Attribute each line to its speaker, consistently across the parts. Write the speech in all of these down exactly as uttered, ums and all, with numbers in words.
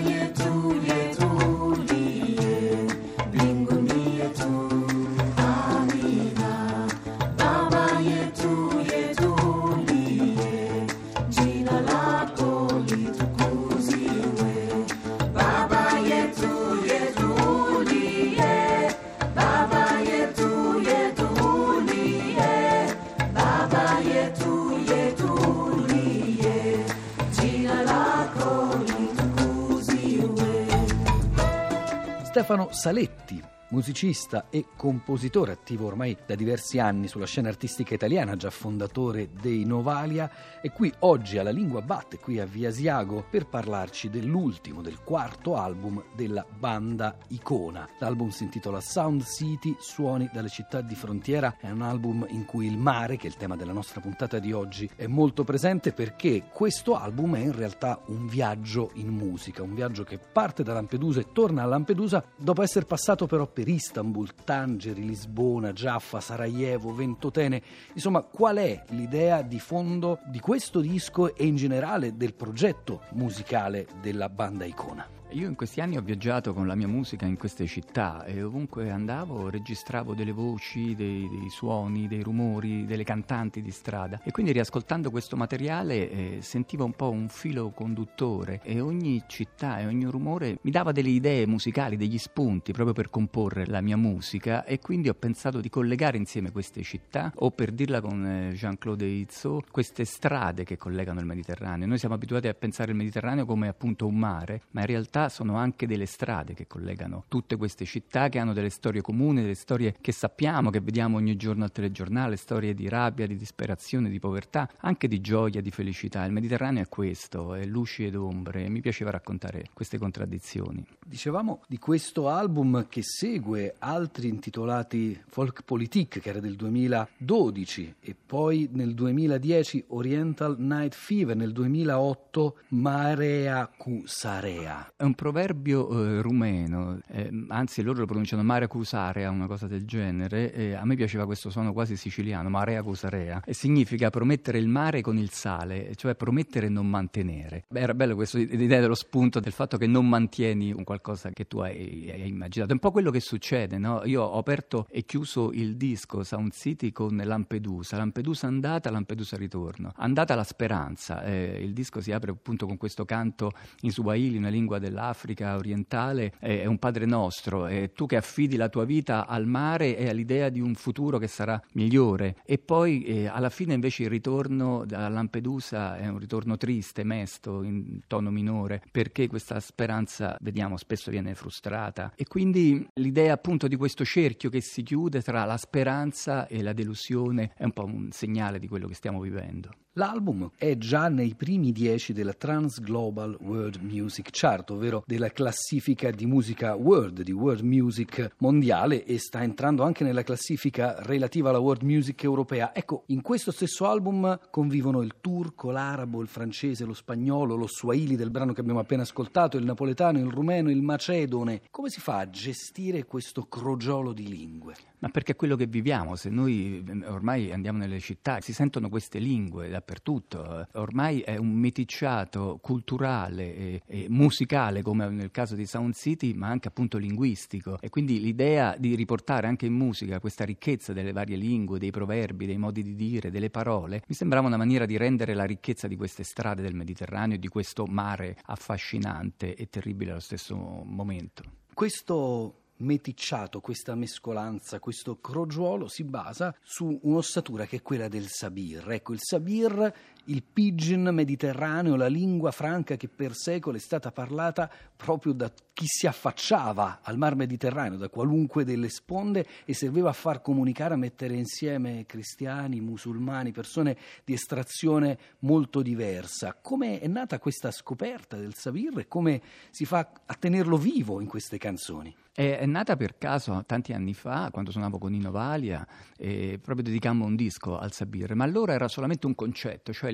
Speaker 1: Stefano Saletti, musicista e compositore attivo ormai da diversi anni sulla scena artistica italiana, già fondatore dei Novalia, è qui oggi alla Lingua Batte, qui a Via Asiago, per parlarci dell'ultimo, del quarto album della banda Icona. L'album si intitola Sound City, suoni dalle città di frontiera. È un album in cui il mare, che è il tema della nostra puntata di oggi, è molto presente, perché questo album è in realtà un viaggio in musica, un viaggio che parte da Lampedusa e torna a Lampedusa dopo essere passato però per Istanbul, Tangeri, Lisbona, Giaffa, Sarajevo, Ventotene. Insomma, qual è l'idea di fondo di questo disco e in generale del progetto musicale della banda Icona?
Speaker 2: Io in questi anni ho viaggiato con la mia musica in queste città e ovunque andavo registravo delle voci, dei, dei suoni, dei rumori, delle cantanti di strada, e quindi riascoltando questo materiale eh, sentivo un po' un filo conduttore, e ogni città e ogni rumore mi dava delle idee musicali, degli spunti proprio per comporre la mia musica, e quindi ho pensato di collegare insieme queste città, o per dirla con eh, Jean-Claude Izzo, queste strade che collegano il Mediterraneo. Noi siamo abituati a pensare il Mediterraneo come appunto un mare, ma in realtà sono anche delle strade che collegano tutte queste città, che hanno delle storie comuni, delle storie che sappiamo, che vediamo ogni giorno al telegiornale, storie di rabbia, di disperazione, di povertà, anche di gioia, di felicità. Il Mediterraneo è questo, è luci ed ombre, e mi piaceva raccontare queste contraddizioni.
Speaker 1: Dicevamo di questo album che segue altri intitolati Folk Politik, che era del duemiladodici, e poi nel duemiladieci Oriental Night Fever, nel duemilaotto Marea cu Sarea.
Speaker 2: È un proverbio eh, rumeno, eh, anzi loro lo pronunciano Marea cu Sarea, una cosa del genere. Eh, a me piaceva questo suono quasi siciliano, Marea cu Sarea, e significa promettere il mare con il sale, cioè promettere e non mantenere. Beh, era bello questo, l'idea dello spunto, del fatto che non mantieni un qualcosa che tu hai, hai immaginato. È un po' quello che succede, no? Io ho aperto e chiuso il disco Sound City con Lampedusa, Lampedusa andata, Lampedusa ritorno. Andata la speranza, eh, il disco si apre appunto con questo canto in Swahili, una lingua dell'Africa orientale, è un Padre Nostro, e tu che affidi la tua vita al mare e all'idea di un futuro che sarà migliore. E poi eh, alla fine invece il ritorno da Lampedusa è un ritorno triste, mesto, in tono minore, perché questa speranza, vediamo, spesso viene frustrata, e quindi l'idea appunto di questo cerchio che si chiude tra la speranza e la delusione è un po' un segnale di quello che stiamo vivendo.
Speaker 1: L'album è già nei primi dieci della Trans Global World Music Chart, ovvero della classifica di musica world, di world music mondiale, e sta entrando anche nella classifica relativa alla world music europea. Ecco, in questo stesso album convivono il turco, l'arabo, il francese, lo spagnolo, lo swahili del brano che abbiamo appena ascoltato, il napoletano, il rumeno, il macedone. Come si fa a gestire questo crogiolo di lingue?
Speaker 2: Ma perché è quello che viviamo. Se noi ormai andiamo nelle città, si sentono queste lingue dappertutto. Ormai è un meticciato culturale e, e musicale, come nel caso di Sound City, ma anche appunto linguistico. E quindi l'idea di riportare anche in musica questa ricchezza delle varie lingue, dei proverbi, dei modi di dire, delle parole, mi sembrava una maniera di rendere la ricchezza di queste strade del Mediterraneo e di questo mare affascinante e terribile allo stesso momento.
Speaker 1: Questo meticciato, questa mescolanza, questo crogiuolo si basa su un'ossatura che è quella del sabir. Ecco, il sabir, il pidgin mediterraneo, la lingua franca che per secoli è stata parlata proprio da chi si affacciava al mar Mediterraneo, da qualunque delle sponde, e serviva a far comunicare, a mettere insieme cristiani, musulmani, persone di estrazione molto diversa. Come è nata questa scoperta del sabir e come si fa a tenerlo vivo in queste canzoni?
Speaker 2: È nata per caso tanti anni fa, quando suonavo con i Novalia, e proprio dedicammo un disco al sabir, ma allora era solamente un concetto, cioè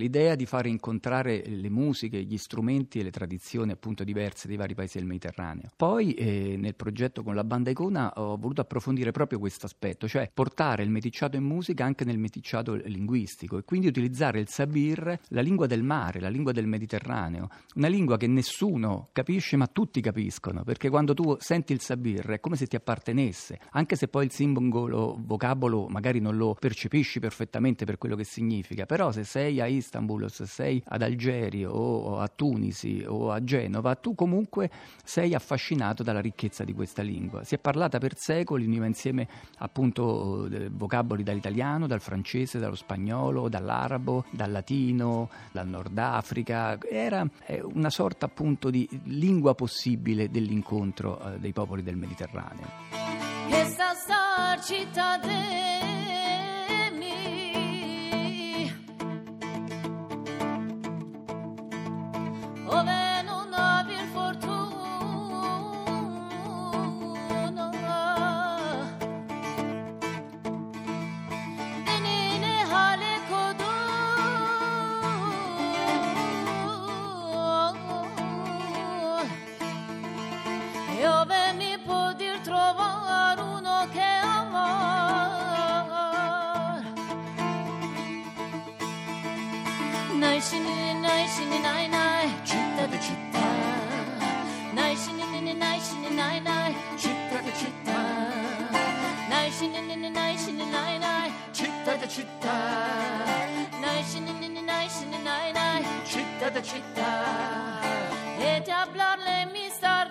Speaker 2: l'idea di fare incontrare le musiche, gli strumenti e le tradizioni appunto diverse dei vari paesi del Mediterraneo. Poi eh, nel progetto con la banda Icona ho voluto approfondire proprio questo aspetto, cioè portare il meticciato in musica anche nel meticciato linguistico e quindi utilizzare il sabir, la lingua del mare, la lingua del Mediterraneo, una lingua che nessuno capisce ma tutti capiscono, perché quando tu senti il sabir è come se ti appartenesse, anche se poi il simbolo vocabolo magari non lo percepisci perfettamente per quello che significa, però se sei a Istanbul o se sei ad Algeri o a Tunisi o a Genova, tu comunque sei affascinato dalla ricchezza di questa lingua. Si è parlata per secoli, univa insieme appunto vocaboli dall'italiano, dal francese, dallo spagnolo, dall'arabo, dal latino, dal Nord Africa. Era una sorta appunto di lingua possibile dell'incontro eh, dei popoli del Mediterraneo.
Speaker 3: Questa star città de mi ove non aver fortuna denine hale kodu e ove mi poter trovare uno che amar nai shini nai shini nai nai città di città nai shini nai shini nai nai città di città nai shini nai shini nai nai città di città nai shini nai shini nai nai città di città e ti hablarle mi star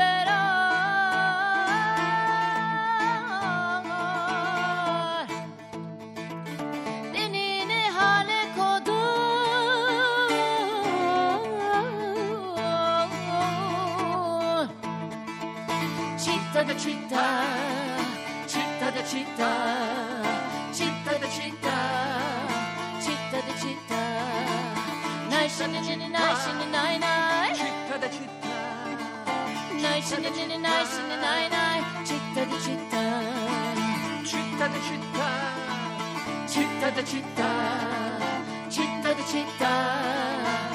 Speaker 3: disperar denine hale kodu città da città città da città città da città città da città nai shini nai nai shini nai nai città da città nai shini nai nai shini nai nai città da città città da città città da città città da città.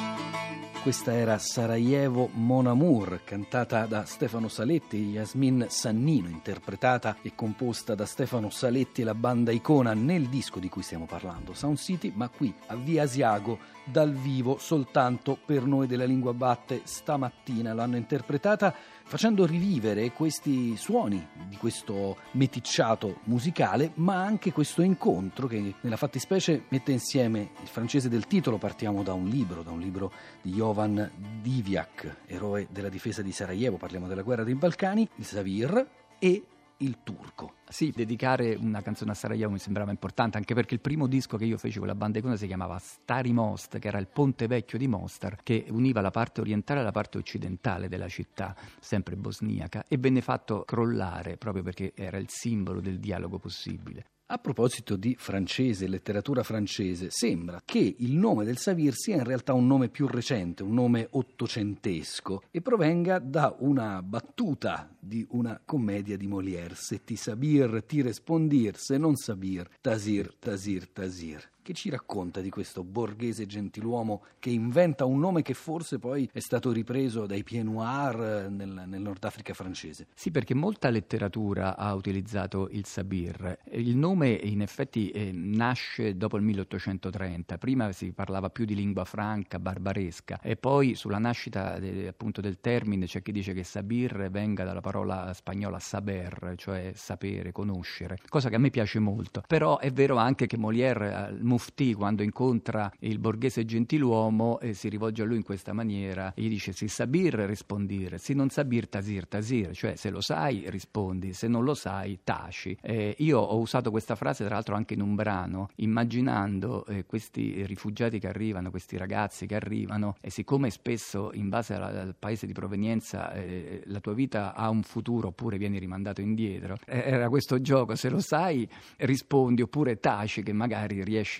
Speaker 1: Questa era Sarajevo Mon Amour, cantata da Stefano Saletti e Yasmin Sannino, interpretata e composta da Stefano Saletti e la banda Icona nel disco di cui stiamo parlando, Sound City, ma qui a Via Asiago dal vivo soltanto per noi della Lingua Batte stamattina. L'hanno interpretata facendo rivivere questi suoni di questo meticciato musicale, ma anche questo incontro che nella fattispecie mette insieme il francese del titolo. Partiamo da un libro, da un libro di Jovan Divjak, eroe della difesa di Sarajevo, parliamo della guerra dei Balcani, il sabir e il turco.
Speaker 2: Sì, dedicare una canzone a Sarajevo mi sembrava importante, anche perché il primo disco che io feci con la banda Icona si chiamava Stari Most, che era il ponte vecchio di Mostar, che univa la parte orientale e la parte occidentale della città, sempre bosniaca, e venne fatto crollare proprio perché era il simbolo del dialogo possibile.
Speaker 1: A proposito di francese, letteratura francese, sembra che il nome del sabir sia in realtà un nome più recente, un nome ottocentesco, e provenga da una battuta di una commedia di Molière: se ti sabir ti respondir, se non sabir tasir, tasir, tasir. Che ci racconta di questo borghese gentiluomo che inventa un nome che forse poi è stato ripreso dai Pieds Noirs nel, nel Nord Africa francese?
Speaker 2: Sì, perché molta letteratura ha utilizzato il sabir. Il nome in effetti eh, nasce dopo il milleottocentotrenta. Prima si parlava più di lingua franca, barbaresca, e poi sulla nascita de, appunto del termine c'è chi dice che sabir venga dalla parola spagnola saber, cioè sapere, conoscere, cosa che a me piace molto. Però è vero anche che Molière, Mufti, quando incontra il borghese gentiluomo e si rivolge a lui in questa maniera, gli dice: si sabir rispondire, si non sabir tasir tasir, cioè se lo sai rispondi, se non lo sai taci. Eh, io ho usato questa frase tra l'altro anche in un brano, immaginando eh, questi rifugiati che arrivano, questi ragazzi che arrivano, e siccome spesso in base alla, al paese di provenienza eh, la tua vita ha un futuro oppure vieni rimandato indietro, eh, era questo gioco: se lo sai rispondi oppure taci, che magari riesci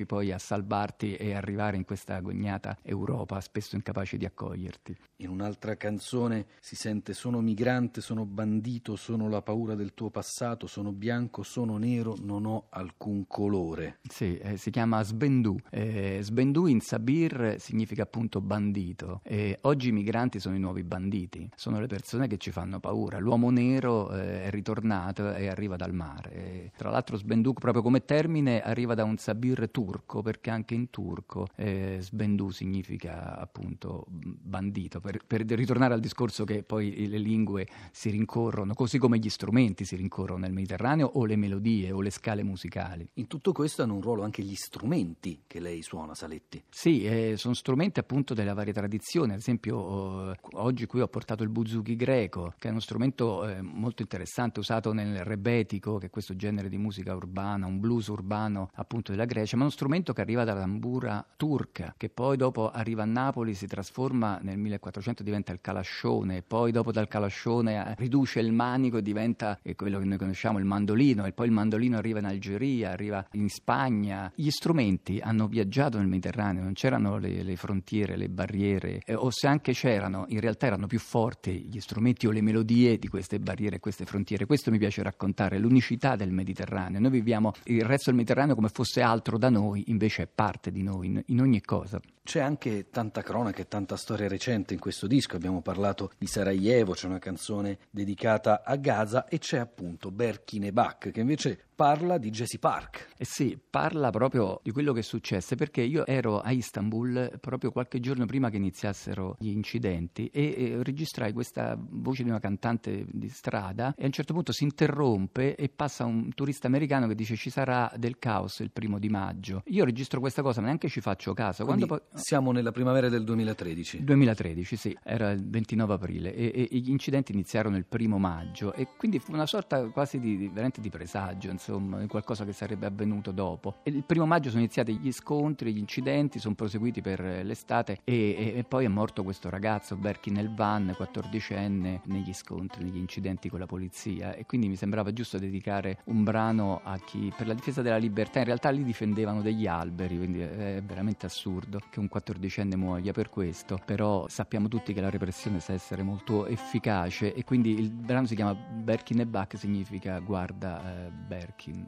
Speaker 2: riesci poi a salvarti e arrivare in questa agognata Europa, spesso incapace di accoglierti.
Speaker 1: In un'altra canzone si sente: sono migrante, sono bandito, sono la paura del tuo passato, sono bianco, sono nero, non ho alcun colore.
Speaker 2: Sì, eh, si chiama Sbendu. Eh, Sbendu in Sabir significa appunto bandito. Eh, oggi i migranti sono i nuovi banditi, sono le persone che ci fanno paura. L'uomo nero eh, è ritornato e arriva dal mare. Eh, tra l'altro Sbendu proprio come termine arriva da un Sabir turco, perché anche in turco eh, Sbendu significa appunto bandito. Per, per ritornare al discorso che poi le lingue si rincorrono, così come gli strumenti si rincorrono nel Mediterraneo, o le melodie o le scale musicali.
Speaker 1: In tutto questo hanno un ruolo anche gli strumenti che lei suona, Saletti.
Speaker 2: Sì, eh, sono strumenti appunto delle varie tradizioni. Ad esempio eh, oggi qui ho portato il buzuki greco, che è uno strumento eh, molto interessante, usato nel rebetico, che è questo genere di musica urbana, un blues urbano appunto della Grecia, ma uno strumento che arriva dalla tambura turca, che poi dopo arriva a Napoli, si trasforma nel millequattrocento, diventa il calascione, poi dopo dal calascione eh, riduce il manico e diventa eh, quello che noi conosciamo, il mandolino, e poi il mandolino arriva in Algeria, arriva in Spagna. Gli strumenti hanno viaggiato nel Mediterraneo, non c'erano le, le frontiere, le barriere, eh, o se anche c'erano, in realtà erano più forti gli strumenti o le melodie di queste barriere e queste frontiere. Questo mi piace raccontare, l'unicità del Mediterraneo. Noi viviamo il resto del Mediterraneo come fosse altro da noi, invece è parte di noi in, in ogni cosa.
Speaker 1: C'è anche tanta cronaca e tanta storia recente in questo disco. Abbiamo parlato di Sarajevo, c'è una canzone dedicata a Gaza, e c'è appunto Berkin e Bak, che invece parla di Gezi Park.
Speaker 2: Eh sì, parla proprio di quello che successe, perché io ero a Istanbul proprio qualche giorno prima che iniziassero gli incidenti e, e registrai questa voce di una cantante di strada, e a un certo punto si interrompe e passa un turista americano che dice: ci sarà del caos il primo di maggio. Io registro questa cosa, ma neanche ci faccio caso.
Speaker 1: Quindi
Speaker 2: Quando poi...
Speaker 1: siamo nella primavera del duemilatredici.
Speaker 2: duemilatredici, sì, era il ventinove aprile e, e, e gli incidenti iniziarono il primo maggio, e quindi fu una sorta quasi di, di veramente di presagio, insomma, di qualcosa che sarebbe avvenuto dopo. E il primo maggio sono iniziati gli scontri, gli incidenti, sono proseguiti per l'estate e, e, e poi è morto questo ragazzo, Berkin Elvan, quattordicenne, negli scontri, negli incidenti con la polizia, e quindi mi sembrava giusto dedicare un brano a chi, per la difesa della libertà. In realtà lì difendevano degli alberi, quindi è veramente assurdo che un quattordicenne muoia per questo, però sappiamo tutti che la repressione sa essere molto efficace, e quindi il brano si chiama Berkin e Bak, significa guarda eh, Berkin.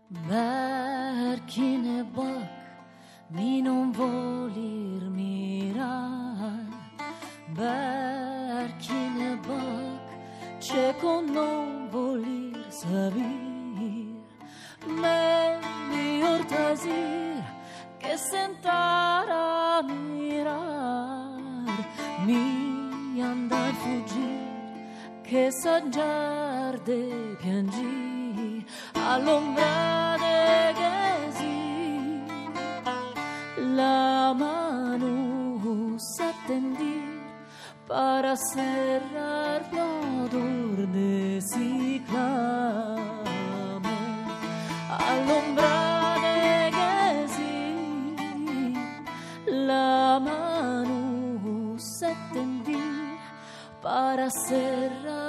Speaker 3: Berkin e Bak, mi non voler mirar. Berkin e Bak, c'è con non voler saber. Melior tasir che sentar a mirar, mi andar fuggir, che saggiar de piangir all'ombra de Gezi. La mano s'attendir para cerrar l'odor de si clame all'ombra de Gezi. La mano s'attendir para cerrar